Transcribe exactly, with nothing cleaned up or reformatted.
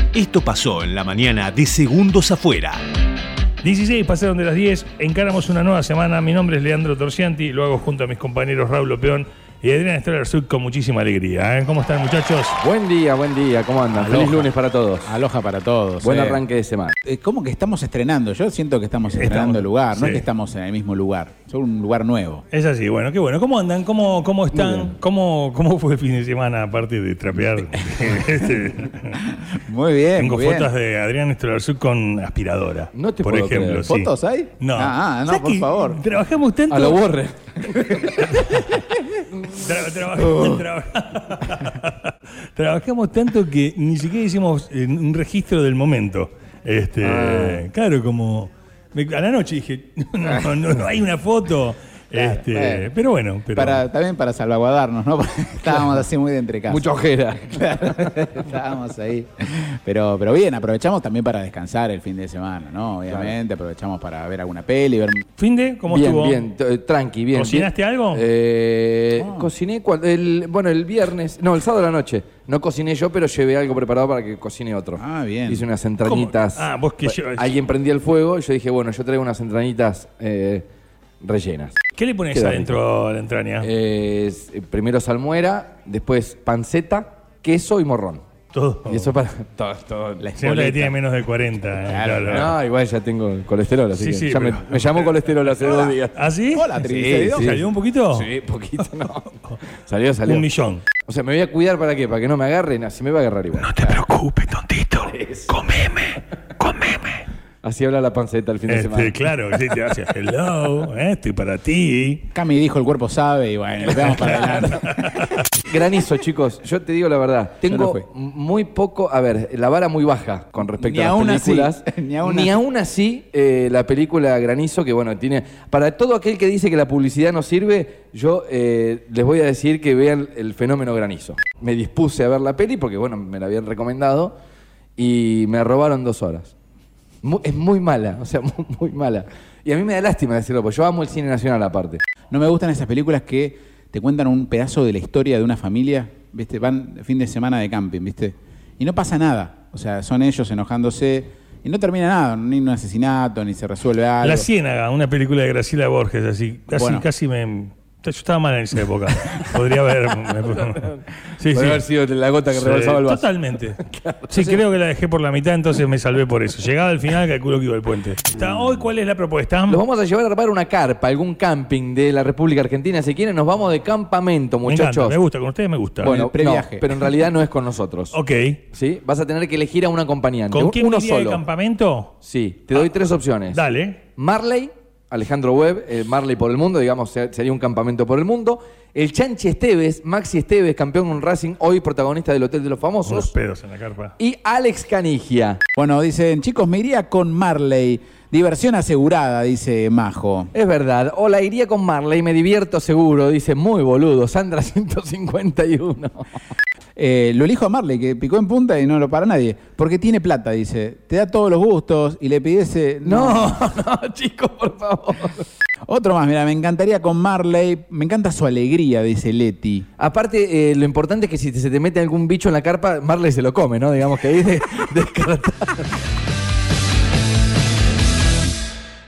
Esto pasó en la mañana de Segundos Afuera. dieciséis pasaron de las diez, encaramos una nueva semana. Mi nombre es Leandro Torcianti, lo hago junto a mis compañeros Raúl Opeón y Adrián Stoller con muchísima alegría. ¿eh? ¿Cómo están, muchachos? Buen día, buen día, ¿cómo andan? Aloha. Feliz lunes para todos. Aloha para todos. Buen eh. arranque de semana. Eh, ¿Cómo que estamos estrenando? Yo siento que estamos Estamos, estrenando lugar, no sí. es que estamos en el mismo lugar, es un lugar nuevo. Es así, bueno, qué bueno. ¿Cómo andan? ¿Cómo, cómo Muy están? bien. ¿Cómo, ¿Cómo fue el fin de semana, aparte de trapear? este, Muy bien, tengo muy bien. fotos de Adrián Stoller con aspiradora. No te por puedo ejemplo. creer. Sí. ¿Fotos hay? No. Ah, no, ¿Sabes por que favor. Trabajamos tanto. A lo borre. Tra- trabajamos, traba- Trabajamos tanto que ni siquiera hicimos eh, un registro del momento. Este, Ah. Claro, como me- a la noche dije, no, no, no, no hay una foto. Este, bueno. Pero bueno, pero Para, también para salvaguardarnos, ¿no? Porque estábamos así muy de entrecasa. Mucha ojera. Claro, estábamos ahí. Pero, pero bien, aprovechamos también para descansar el fin de semana, ¿no? Obviamente, aprovechamos para ver alguna peli, ver... ¿Fin de? ¿Cómo bien, estuvo? bien, t- tranqui, bien. ¿Cocinaste bien. algo? Eh, Ah. Cociné, cuando, el, bueno, el viernes, no, el sábado de la noche. No cociné yo, pero llevé algo preparado para que cocine otro. Ah, bien. Hice unas entrañitas. ¿Cómo? Ah, vos que yo- Alguien prendía el fuego y yo dije, bueno, yo traigo unas entrañitas eh, rellenas. ¿Qué le pones Queda adentro de la entraña? Eh, es- eh, primero salmuera, después panceta, queso y morrón. Todo. Y eso para todo, todo. La Se nota que espoleta. tiene menos de cuarenta. eh, Claro, claro. No, igual ya tengo colesterol, así Sí, que sí, ya me, pero- me llamó colesterol hace dos días. ¿Ah, sí? Hola, triglicéridos. sí. ¿Salió un poquito? Sí, poquito, no. Salió, salió. Un millón. O sea, me voy a cuidar para qué, para que no me agarren, así me va a agarrar igual. No te preocupes, tontito. Comeme, comeme. Así habla la panceta el fin de Este, semana. claro, sí, te hace hello, eh, estoy para ti. Cami dijo el cuerpo sabe y bueno, le pegamos para adelante. Granizo, chicos, yo te digo la verdad. Yo no Tengo fui. muy poco, a ver, la vara muy baja con respecto Ni a las aún así, películas. ni aún Ni así. aún así, eh, la película Granizo, que bueno, tiene. Para todo aquel que dice que la publicidad no sirve, yo eh, les voy a decir que vean el fenómeno Granizo. Me dispuse a ver la peli porque, bueno, me la habían recomendado y me robaron dos horas. Mu- es muy mala, o sea, muy, muy mala. Y a mí me da lástima decirlo, porque yo amo el cine nacional aparte. No me gustan esas películas que te cuentan un pedazo de la historia de una familia, ¿viste? Van fin de semana de camping, ¿viste? Y no pasa nada. O sea, son ellos enojándose y no termina nada, ni un asesinato, ni se resuelve algo. La Ciénaga, una película de Graciela Borges, así. Casi, Bueno. casi me. Yo estaba mal en esa época. Podría haber. me- sí, Podría sí. haber sido la gota que Sí, rebalsaba el vaso. Totalmente. Sí, creo que la dejé por la mitad, entonces me salvé por eso. Llegaba al final, calculo que iba al puente. Está, hoy, ¿cuál es la propuesta? Los vamos a llevar a armar una carpa, algún camping de la República Argentina. Si quieren, nos vamos de campamento, Me encanta, muchachos. me gusta, con ustedes me gusta. Bueno, el previaje. no, pero en realidad no es con nosotros. Ok. ¿Sí? Vas a tener que elegir a un acompañante. ¿Con quién Uno iría de solo. campamento? Sí, te doy tres opciones. Dale. Marley, Alejandro Webb, eh, Marley por el mundo, digamos, se- sería un campamento por el mundo. El Chanchi Esteves, Maxi Esteves, campeón con Racing, hoy protagonista del Hotel de los Unos Famosos. pedos en la carpa. Y Alex Canigia. Bueno, dicen, chicos, me iría con Marley. Diversión asegurada, dice Majo. Es verdad. Hola, iría con Marley, me divierto seguro. Dice, muy boludo. Sandra ciento cincuenta y uno. Eh, lo elijo a Marley, que picó en punta y no lo para nadie. Porque tiene plata, dice. Te da todos los gustos y le pidiese... No, no, chicos, por favor. Otro más, mira, me encantaría con Marley. Me encanta su alegría, dice Leti. Aparte, eh, lo importante es que si te- se te mete algún bicho en la carpa, Marley se lo come, ¿no? Digamos que ahí de, descartado.